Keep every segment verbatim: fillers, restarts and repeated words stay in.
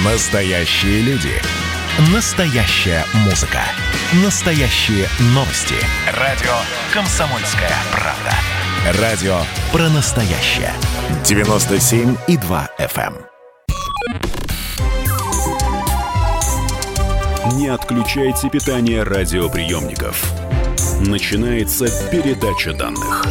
Настоящие люди. Настоящая музыка. Настоящие новости. Радио «Комсомольская правда». Радио про настоящее. девяносто семь и два эф эм. Не отключайте питание радиоприемников. Начинается передача данных.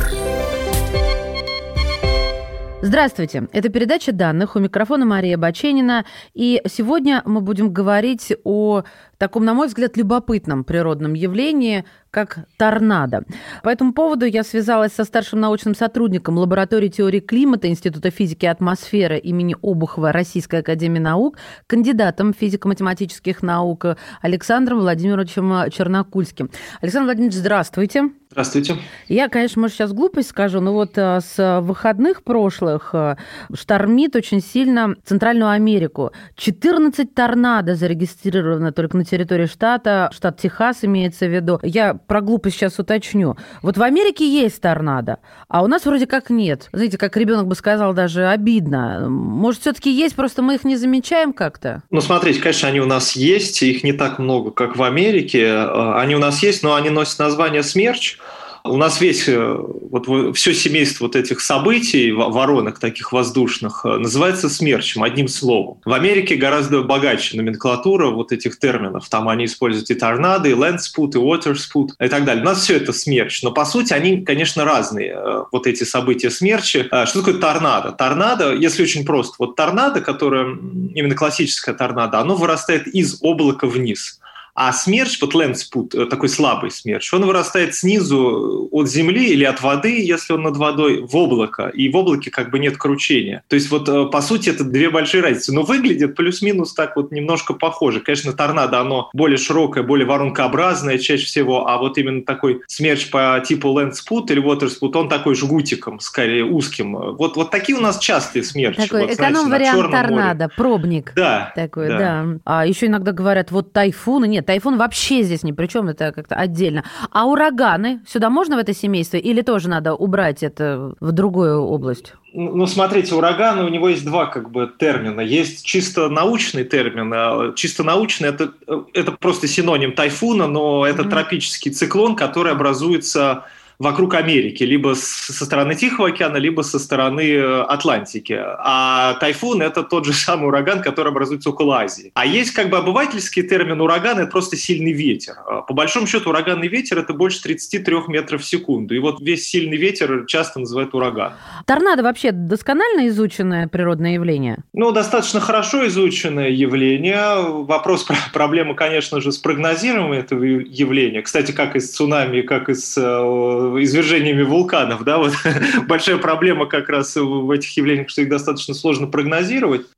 Здравствуйте, это передача данных, у микрофона Мария Баченина, и сегодня мы будем говорить о таком, на мой взгляд, любопытном природном явлении, как торнадо. По этому поводу я связалась со старшим научным сотрудником лаборатории теории климата Института физики и атмосферы имени Обухова Российской академии наук, кандидатом физико-математических наук Александром Владимировичем Чернокульским. Александр Владимирович, здравствуйте. Здравствуйте. Я, конечно, может, сейчас глупость скажу, но вот с выходных прошлых штормит очень сильно Центральную Америку. четырнадцать торнадо зарегистрировано только на территории штата, штат Техас имеется в виду. Я про глупость сейчас уточню. Вот в Америке есть торнадо, а у нас вроде как нет. Знаете, как ребенок бы сказал, даже обидно. Может, все-таки есть, просто мы их не замечаем как-то? Ну, смотрите, конечно, они у нас есть, их не так много, как в Америке. Они у нас есть, но они носят название «Смерч». У нас весь, вот все семейство вот этих событий, воронок таких воздушных, называется смерчем, одним словом. В Америке гораздо богаче номенклатура вот этих терминов. Там они используют и торнадо, и лэндспут, и watersput и так далее. У нас все это смерч. Но, по сути, они, конечно, разные, вот эти события смерчи. Что такое торнадо? Торнадо, если очень просто, вот торнадо, которое, именно классическое торнадо, оно вырастает из облака вниз. А смерч, вот лэндспут, такой слабый смерч, он вырастает снизу от земли или от воды, если он над водой, в облако. И в облаке как бы нет кручения. То есть вот по сути это две большие разницы. Но выглядит плюс-минус так вот немножко похоже. Конечно, торнадо, оно более широкое, более воронкообразное чаще всего, а вот именно такой смерч по типу лэндспут или watersput, он такой жгутиком, скорее узким. Вот, вот такие у нас частые смерчи. Такой вот, эконом-вариант торнадо, море. Пробник. Да. Такой, да. да. А еще иногда говорят, вот тайфуны. Нет, тайфун вообще здесь ни при чем, это как-то отдельно. А ураганы? Сюда можно в это семейство? Или тоже надо убрать это в другую область? Ну, смотрите, ураганы, у него есть два как бы термина. Есть чисто научный термин. Чисто научный – это, это просто синоним тайфуна, но это mm-hmm. тропический циклон, который образуется вокруг Америки, либо со стороны Тихого океана, либо со стороны Атлантики. А тайфун – это тот же самый ураган, который образуется около Азии. А есть как бы обывательский термин ураган – это просто сильный ветер. По большому счету ураганный ветер – это больше тридцать три метров в секунду. И вот весь сильный ветер часто называют ураган. Торнадо вообще досконально изученное природное явление? Ну, достаточно хорошо изученное явление. Вопрос, проблема, конечно же, с прогнозированием этого явления. Кстати, как и с цунами, как и с извержениями вулканов, да, вот большая проблема как раз в этих явлениях, что их достаточно сложно прогнозировать.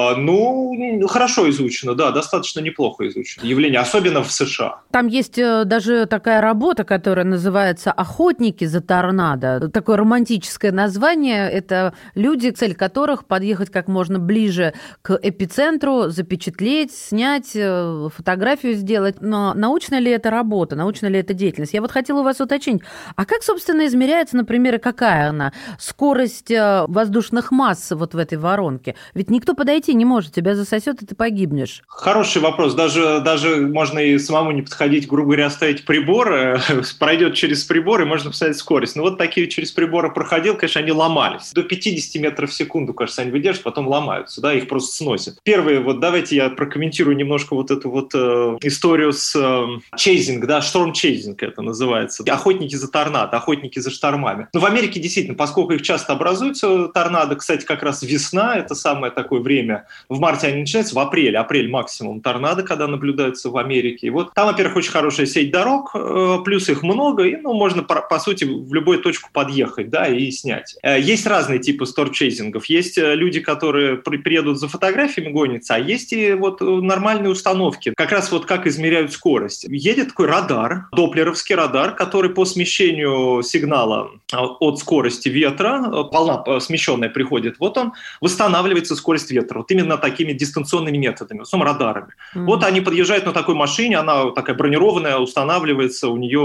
Ну, хорошо изучено, да, достаточно неплохо изучено явление, особенно в США. Там есть даже такая работа, которая называется «Охотники за торнадо». Такое романтическое название. Это люди, цель которых подъехать как можно ближе к эпицентру, запечатлеть, снять, фотографию сделать. Но научная ли это работа, научная ли это деятельность? Я вот хотела у вас уточнить, а как, собственно, измеряется, например, и какая она скорость воздушных масс вот в этой воронке? Ведь никто подойти не может, тебя засосет, и ты погибнешь. Хороший вопрос. Даже, даже можно и самому не подходить, грубо говоря, ставить прибор, пройдет через прибор, и можно поставить скорость. Но вот такие через приборы проходил, конечно, они ломались. До пятьдесят метров в секунду, кажется, они выдерживают, потом ломаются, да, их просто сносят. Первое, вот давайте я прокомментирую немножко вот эту вот э, историю с э, чейзинг, да, шторм-чейзинг это называется. Охотники за торнадо. Охотники за штормами. Но в Америке действительно, поскольку их часто образуются торнадо, кстати, как раз весна, это самое такое время, в марте они начинаются, в апреле, апрель максимум торнадо, когда наблюдаются в Америке. И вот там, во-первых, очень хорошая сеть дорог, плюс их много, и, ну, можно, по, по сути, в любую точку подъехать, да, и снять. Есть разные типы сторчейзингов. Есть люди, которые приедут за фотографиями гонятся, а есть и вот нормальные установки. Как раз вот как измеряют скорость. Едет такой радар, доплеровский радар, который по смещению сигнала от скорости ветра, волна смещенная приходит, вот он восстанавливается скорость ветра. Вот именно такими дистанционными методами, в основном радарами. Mm-hmm. Вот они подъезжают на такой машине, она такая бронированная, устанавливается, у нее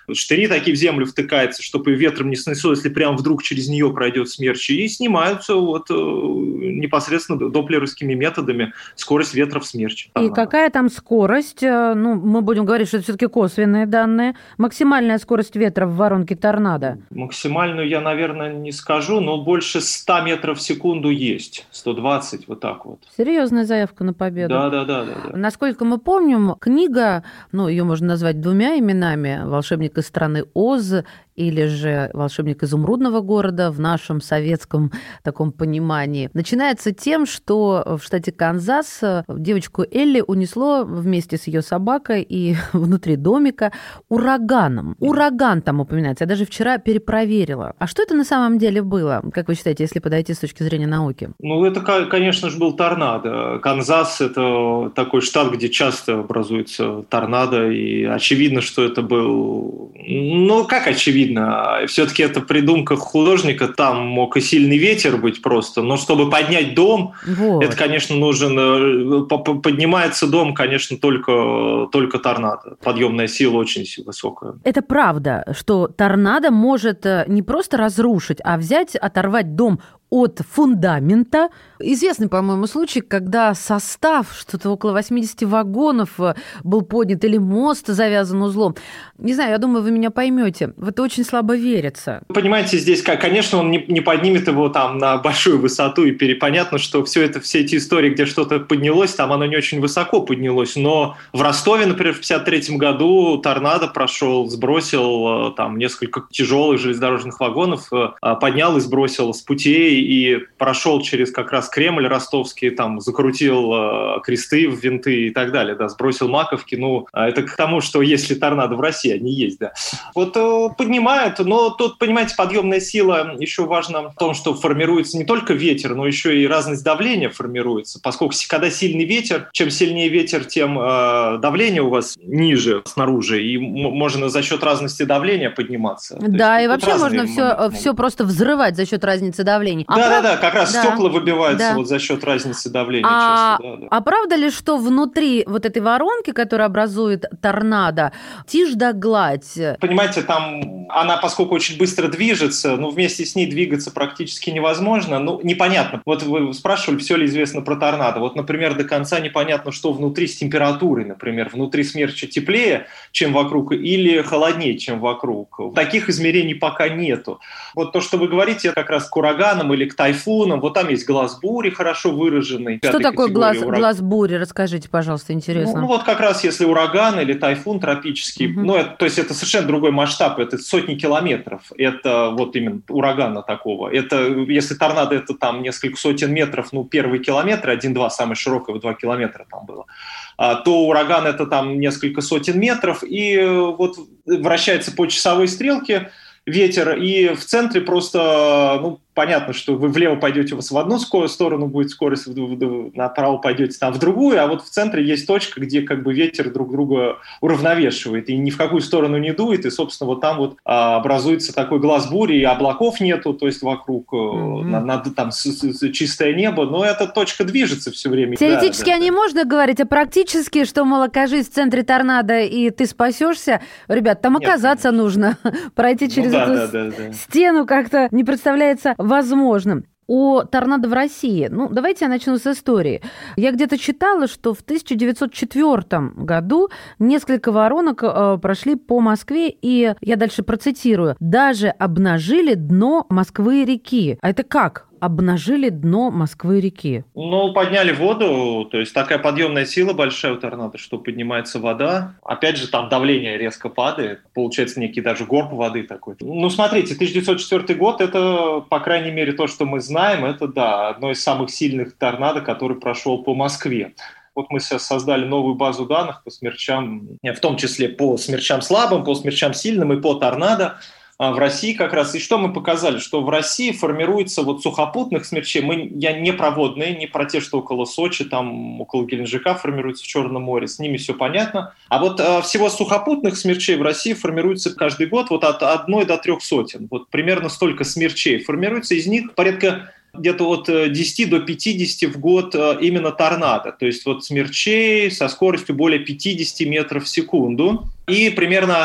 штыри такие в землю втыкаются, чтобы ее ветром не снесло, если прям вдруг через нее пройдет смерч, и снимаются вот непосредственно доплеровскими методами скорость ветра в смерче. И какая там скорость? Ну, мы будем говорить, что это все-таки косвенные данные. Максимальная скорость ветра в воронке торнадо? Максимальную я, наверное, не скажу, но больше ста метров в секунду есть. сто двадцать, вот так вот. Серьезная заявка на победу. Да, да, да, да, да. Насколько мы помним, книга, ну, ее можно назвать двумя именами: «Волшебник из страны Оз» или же «Волшебник изумрудного города» в нашем советском таком понимании, начинается тем, что в штате Канзас девочку Элли унесло вместе с ее собакой и внутри домика ураганом. Ураган там упоминается. Я даже вчера перепроверила. А что это на самом деле было, как вы считаете, если подойти с точки зрения науки? Ну, это, конечно же, был торнадо. Канзас – это такой штат, где часто образуется торнадо, и очевидно, что это был... Ну, как очевидно? Все-таки это придумка художника, там мог и сильный ветер быть просто, но чтобы поднять дом, вот. Это, конечно, нужен... Поднимается дом, конечно, только, только торнадо. Подъемная сила очень высокая. Это правда, что торнадо может не просто разрушить, а взять, оторвать дом от фундамента. Известный, по-моему, случай, когда состав, что-то около восемьдесят вагонов был поднят, или мост завязан узлом. Не знаю, я думаю, вы меня поймете. В это очень слабо верится. Понимаете, здесь, конечно, он не, не поднимет его там на большую высоту, и понятно, что все это, все эти истории, где что-то поднялось, там оно не очень высоко поднялось. Но в Ростове, например, в пятьдесят третьем году торнадо прошел, сбросил там несколько тяжелых железнодорожных вагонов, поднял и сбросил с путей, и прошел через как раз Кремль ростовский, там закрутил э, кресты в винты и так далее, да, сбросил маковки. Ну, это к тому, что если торнадо в России, они есть, да. Вот э, поднимают, но тут, понимаете, подъемная сила еще важна в том, что формируется не только ветер, но еще и разность давления формируется, поскольку когда сильный ветер, чем сильнее ветер, тем э, давление у вас ниже снаружи, и м- можно за счет разности давления подниматься. Да, и вообще можно все, все просто взрывать за счет разницы давлений. Да, А да, прав... да, как раз да. стекла выбиваются да. вот за счет разницы давления. А... Часто, да, да. а правда ли, что внутри вот этой воронки, которая образует торнадо, тишь да гладь? Понимаете, там она, поскольку очень быстро движется, ну, вместе с ней двигаться практически невозможно. Ну, непонятно. Вот вы спрашивали, все ли известно про торнадо. Вот, например, до конца непонятно, что внутри с температурой, например. Внутри смерча теплее, чем вокруг, или холоднее, чем вокруг. Таких измерений пока нету. Вот то, что вы говорите, как раз к ураганам или к тайфунам. Вот там есть глаз бури хорошо выраженный. Что такое глаз, ураг... глаз бури? Расскажите, пожалуйста, интересно. Ну, ну вот как раз если ураган или тайфун тропический, угу. ну, это, то есть это совершенно другой масштаб, это сотни километров. Это вот именно урагана такого. Это, если торнадо, это там несколько сотен метров, ну, первые километры, один-два, самое широкое, два километра там было. А, то ураган это там несколько сотен метров, и вот вращается по часовой стрелке ветер, и в центре просто, ну, понятно, что вы влево пойдете, у вас в одну сторону будет скорость, направо пойдете там в другую, а вот в центре есть точка, где как бы ветер друг друга уравновешивает, и ни в какую сторону не дует, и, собственно, вот там вот а, образуется такой глаз бури, и облаков нету, то есть вокруг mm-hmm. над, там с, с, чистое небо, но эта точка движется все время. Теоретически да, о ней да. можно говорить, а практически, что, мол, окажись в центре торнадо, и ты спасешься, ребят, там оказаться Нет, нужно, пройти через ну, да, эту да, да, да. стену как-то не представляется возможным. О торнадо в России. Ну, давайте я начну с истории. Я где-то читала, что в тысяча девятьсот четвёртом году несколько воронок э, прошли по Москве, и я дальше процитирую, даже обнажили дно Москвы-реки. А это как? Обнажили дно Москвы-реки. Ну, подняли воду, то есть такая подъемная сила большая у торнадо, что поднимается вода. Опять же, там давление резко падает, получается некий даже горб воды такой. Ну, смотрите, тысяча девятьсот четвёртый год, это, по крайней мере, то, что мы знаем, это, да, одно из самых сильных торнадо, который прошел по Москве. Вот мы сейчас создали новую базу данных по смерчам, в том числе по смерчам слабым, по смерчам сильным и по торнадо. В России как раз. И что мы показали? Что в России формируется вот сухопутных смерчей. Мы, я не проводные, не про те, что около Сочи, там около Геленджика формируется в Черном море. С ними все понятно. А вот э, всего сухопутных смерчей в России формируется каждый год вот от одной до трех сотен. Вот примерно столько смерчей формируется. Из них порядка где-то от десяти до пятидесяти в год именно торнадо. То есть вот смерчей со скоростью более пятидесяти метров в секунду. И примерно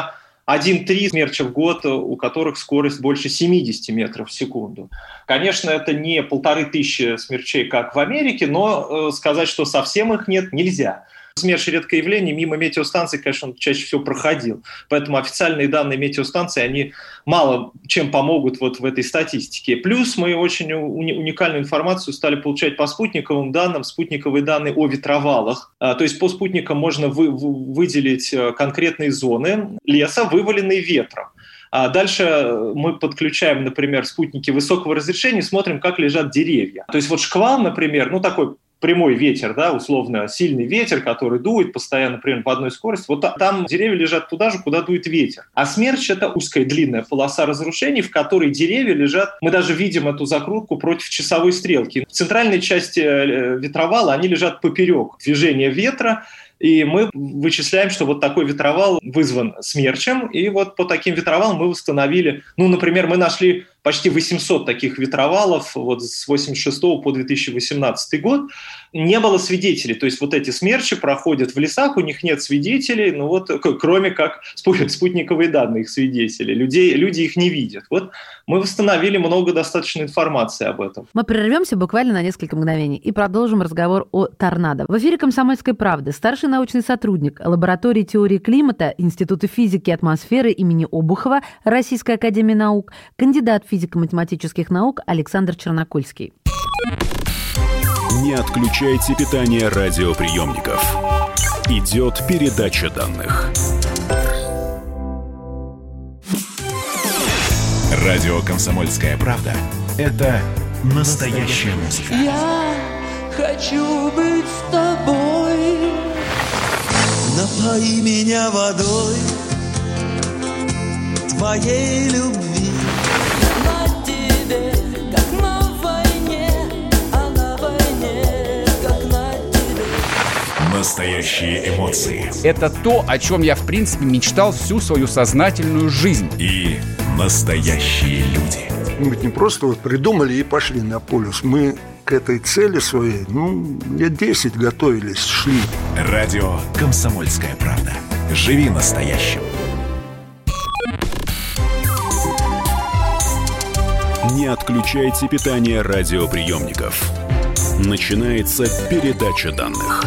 один-три смерча в год, у которых скорость больше семьдесят метров в секунду. Конечно, это не полторы тысячи смерчей, как в Америке, но э, сказать, что совсем их нет, нельзя. СМЕРШ — редкое явление, мимо метеостанций, конечно, он чаще всего проходил. Поэтому официальные данные метеостанции, они мало чем помогут вот в этой статистике. Плюс мы очень уникальную информацию стали получать по спутниковым данным, спутниковые данные о ветровалах. То есть по спутникам можно вы, выделить конкретные зоны леса, вываленные ветром. А дальше мы подключаем, например, спутники высокого разрешения, смотрим, как лежат деревья. То есть вот шквал, например, ну такой прямой ветер, да, условно сильный ветер, который дует постоянно, например, по одной скорости, вот там деревья лежат туда же, куда дует ветер. А смерч — это узкая длинная полоса разрушений, в которой деревья лежат, мы даже видим эту закрутку против часовой стрелки. В центральной части ветровала они лежат поперек движения ветра, и мы вычисляем, что вот такой ветровал вызван смерчем, и вот по таким ветровалам мы установили, ну, например, мы нашли почти восемьсот таких ветровалов вот с восемьдесят шестого по две тысячи восемнадцатый год. Не было свидетелей, то есть вот эти смерчи проходят в лесах, у них нет свидетелей, ну вот кроме как спутниковые данные их свидетелей, людей, люди их не видят. Вот мы восстановили много достаточно информации об этом. Мы прервемся буквально на несколько мгновений и продолжим разговор о торнадо. В эфире «Комсомольской правды» старший научный сотрудник лаборатории теории климата Института физики и атмосферы имени Обухова Российской академии наук, кандидат физико-математических наук Александр Чернокульский. Не отключайте питание радиоприемников. Идет передача данных. Радио «Комсомольская правда» — это настоящая музыка. Я хочу быть с тобой. Напои меня водой твоей любви. На тебе, как на войне, а на войне, как на тебе. Настоящие эмоции. Это то, о чем я, в принципе, мечтал всю свою сознательную жизнь. И настоящие люди. Мы ведь не просто вот придумали и пошли на полюс. Мы к этой цели своей, ну, лет десять готовились, шли. Радио «Комсомольская правда». Живи настоящим. Не отключайте питание радиоприемников. Начинается передача данных.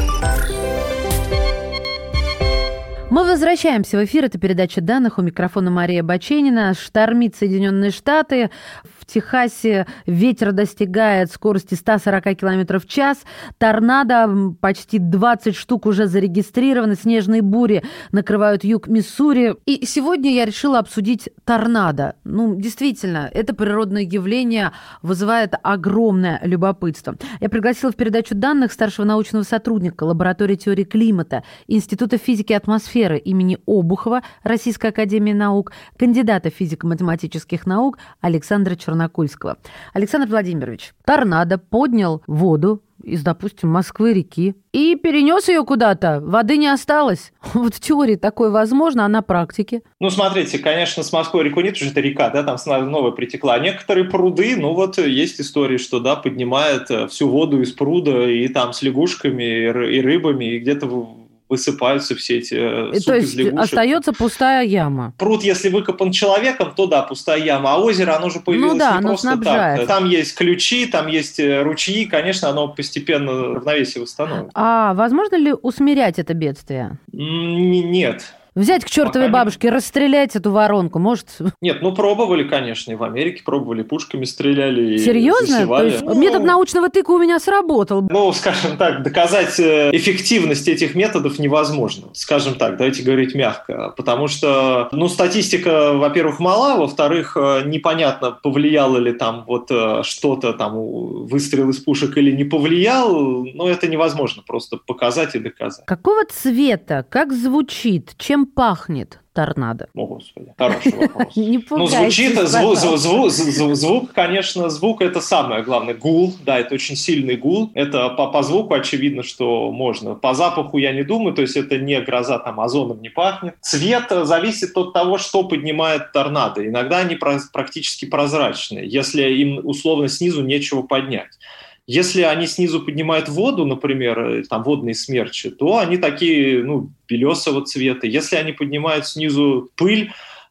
Мы возвращаемся в эфир. Это передача данных. У микрофона Мария Баченина. Штормит Соединенные Штаты. В Техасе ветер достигает скорости сто сорок километров в час. Торнадо, почти двадцать штук уже зарегистрированы. Снежные бури накрывают юг Миссури. И сегодня я решила обсудить торнадо. Ну, действительно, это природное явление вызывает огромное любопытство. Я пригласила в передачу данных старшего научного сотрудника лаборатории теории климата Института физики и атмосферы имени Обухова Российской академии наук, кандидата физико-математических наук Александра Чернокульского. Александр Владимирович, торнадо поднял воду из, допустим, Москвы-реки и перенес ее куда-то. Воды не осталось. Вот в теории такое возможно, а на практике? Ну, смотрите, конечно, с Москвой-реку нет, уже это река, да, там новая притекла. Некоторые пруды, ну вот есть истории, что, да, поднимает всю воду из пруда и там с лягушками и рыбами, и где-то высыпаются все эти суп То из есть лягушек. Остается пустая яма. Пруд, если выкопан человеком, то да, пустая яма. А озеро, оно же появилось ну да, не просто снабжает. так. Там есть ключи, там есть ручьи, конечно, оно постепенно равновесие восстановит. А возможно ли усмирять это бедствие? М- нет. Взять к чертовой бабушке, расстрелять эту воронку, может? Нет, ну пробовали, конечно, и в Америке пробовали, пушками стреляли. Серьезно? Засевали. То есть ну, метод научного тыка у меня сработал. Ну, скажем так, доказать эффективность этих методов невозможно. Скажем так, давайте говорить мягко. Потому что, ну, статистика, во-первых, мала, во-вторых, непонятно, повлияло ли там вот что-то, там, выстрел из пушек или не повлиял. Но это невозможно просто показать и доказать. Какого цвета, как звучит, чем пахнет торнадо? О, Господи, хороший вопрос. Не Ну, звучит, звук, звук, звук, звук, конечно, звук — это самое главное. Гул, да, это очень сильный гул. Это по, по звуку очевидно, что можно. По запаху я не думаю, то есть это не гроза, там, озоном не пахнет. Цвет зависит от того, что поднимает торнадо. Иногда они практически прозрачные, если им условно снизу нечего поднять. Если они снизу поднимают воду, например, там водные смерчи, то они такие, ну, белесого цвета. Если они поднимают снизу пыль,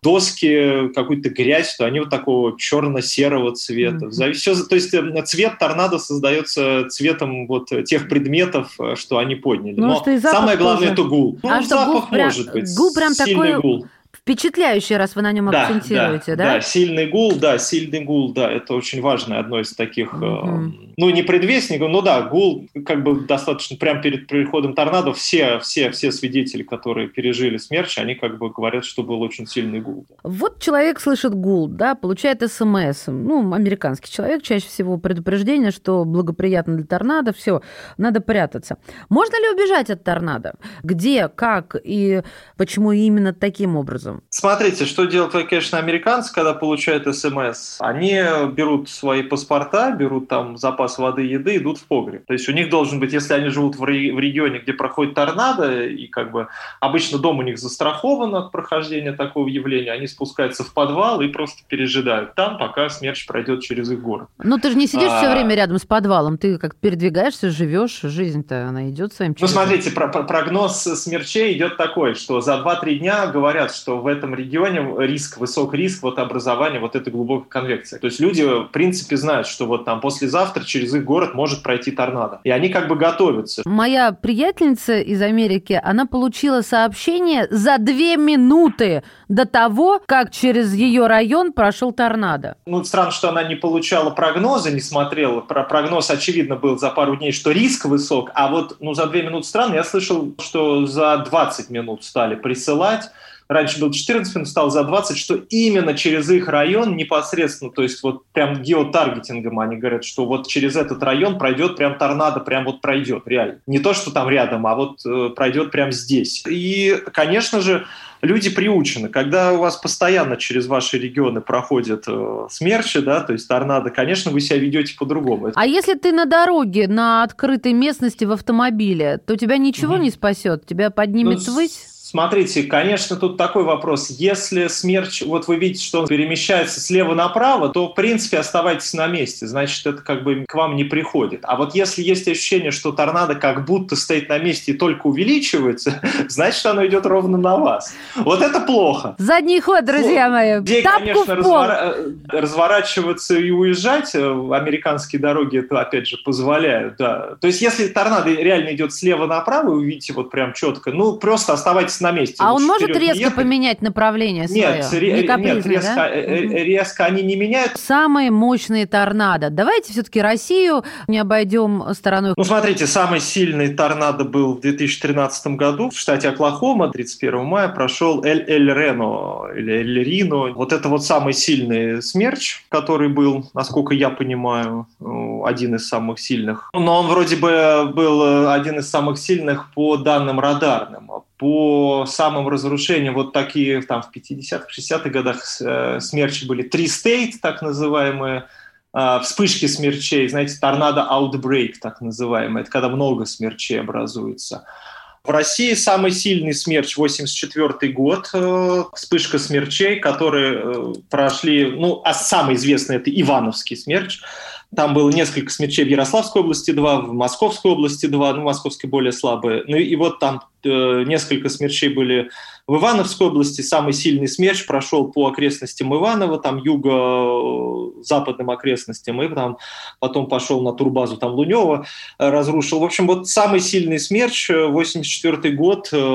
доски, какую-то грязь, то они вот такого черно-серого цвета. Mm-hmm. Все, то есть цвет торнадо создается цветом вот тех предметов, что они подняли. Ну, Но что самое главное тоже. это гул. Ну, а запах гул может прям, быть. Гул прям сильный такой гул. Впечатляющий, раз вы на нем да, акцентируете, да, да? Да, сильный гул, да, сильный гул, да, это очень важно, одно из таких, mm-hmm. э, ну, не предвестников, но да, гул, как бы достаточно, прямо перед приходом торнадо все, все, все свидетели, которые пережили смерч, они как бы говорят, что был очень сильный гул. Да. Вот человек слышит гул, да, получает смс, ну, американский человек, чаще всего предупреждение, что благоприятно для торнадо, все, надо прятаться. Можно ли убежать от торнадо? Где, как и почему именно таким образом? Смотрите, что делают, конечно, американцы, когда получают СМС. Они берут свои паспорта, берут там запас воды, еды, идут в погреб. То есть у них должен быть, если они живут в регионе, где проходит торнадо, и как бы обычно дом у них застрахован от прохождения такого явления, они спускаются в подвал и просто пережидают там, пока смерч пройдет через их город. Ну ты же не сидишь а... все время рядом с подвалом, ты как передвигаешься, живешь, жизнь-то она идет своим чередом. Ну смотрите, про- про- прогноз смерчей идет такой, что за два-три дня говорят, что в этом регионе риск, высок риск вот образования вот этой глубокой конвекции. То есть люди, в принципе, знают, что вот там послезавтра через их город может пройти торнадо. И они как бы готовятся. Моя приятельница из Америки, она получила сообщение за две минуты до того, как через ее район прошел торнадо. Ну, странно, что она не получала прогноза, не смотрела. Про прогноз, очевидно, был за пару дней, что риск высок, а вот ну, за две минуты странно. Я слышал, что за двадцать минут стали присылать. Раньше было четырнадцать минут, стало за двадцать, что именно через их район непосредственно, то есть вот прям геотаргетингом они говорят, что вот через этот район пройдет прям торнадо, прям вот пройдет, реально. Не то, что там рядом, а вот э, пройдет прям здесь. И, конечно же, люди приучены. Когда у вас постоянно через ваши регионы проходят э, смерчи, да, то есть торнадо, конечно, вы себя ведете по-другому. А если ты на дороге, на открытой местности в автомобиле, то тебя ничего mm-hmm. не спасет? Тебя поднимет ну, ввысь? Смотрите, конечно, тут такой вопрос. Если смерч, вот вы видите, что он перемещается слева направо, то, в принципе, оставайтесь на месте. Значит, это как бы к вам не приходит. А вот если есть ощущение, что торнадо как будто стоит на месте и только увеличивается, значит, оно идет ровно на вас. Вот это плохо. Задний ход, друзья мои. Людей, конечно, развора... разворачиваться и уезжать. Американские дороги это, опять же, позволяют. Да. То есть, если торнадо реально идет слева направо, вы увидите вот прям четко, ну, просто оставайтесь на месте. А он может резко ехать. поменять направление свое? Нет, ре- не капризно, нет резко, да? резко они не меняют. Самые мощные торнадо. Давайте все-таки Россию не обойдем стороной. Ну, смотрите, самый сильный торнадо был в две тысячи тринадцатом году в штате Оклахома. тридцать первого мая прошел Эль-Эль-Рено или Эль-Рино. Вот это вот самый сильный смерч, который был, насколько я понимаю, один из самых сильных. Но он вроде бы был один из самых сильных по данным радарным. По самым разрушениям, вот такие там в пятидесятых, шестидесятых годах э, смерчи были три стейт, так называемые, э, вспышки смерчей, знаете, торнадо outbreak, так называемое, это когда много смерчей образуется. В России самый сильный смерч восемьдесят четвёртый год, э, вспышка смерчей, которые э, прошли, ну, а самый известный это Ивановский смерч. Там было несколько смерчей в Ярославской области, два, в Московской области, два, ну, в Московской более слабые. Ну, и вот там э, несколько смерчей были в Ивановской области. Самый сильный смерч прошел по окрестностям Иваново, там юго-западным окрестностям, и там потом пошел на турбазу там Лунёва, э, разрушил. В общем, вот самый сильный смерч, восемьдесят четвёртый год, э,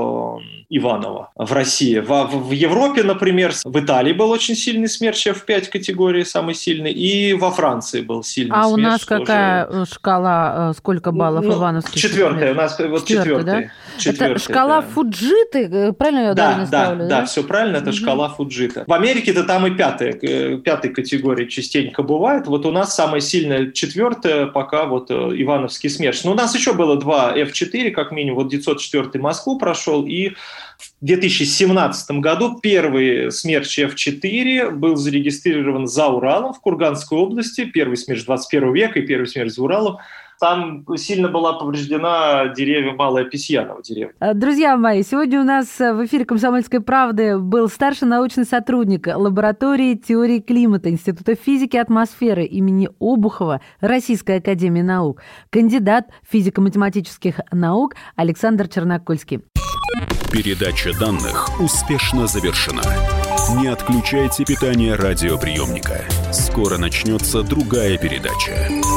Иваново в России. В, в, в Европе, например, в Италии был очень сильный смерч, эф пять категории, самый сильный, и во Франции был сильный а смерч. А у нас какая тоже... шкала, сколько баллов ну, Ивановских? Четвертая, у нас вот четвертая. Да? Четвертая, это шкала да. Фуджиты, правильно я да, ударение да, ставлю? Да, да, да, все правильно, это угу. шкала Фуджита. В Америке-то там и пятая, пятая категория частенько бывает. Вот у нас самая сильная четвертая пока вот Ивановский смерч. Но у нас еще было два эф четыре, как минимум, вот девятьсот четвёртый Москву прошел, и в две тысячи семнадцатом году первый смерч эф четыре был зарегистрирован за Уралом в Курганской области, первый смерч двадцать первого века и первый смерч за Уралом. Там сильно была повреждена деревья Малая Песьянова деревня. Друзья мои, сегодня у нас в эфире «Комсомольской правды» был старший научный сотрудник лаборатории теории климата Института физики и атмосферы имени Обухова Российской академии наук, кандидат физико-математических наук Александр Чернокольский. Передача данных успешно завершена. Не отключайте питание радиоприемника. Скоро начнется другая передача.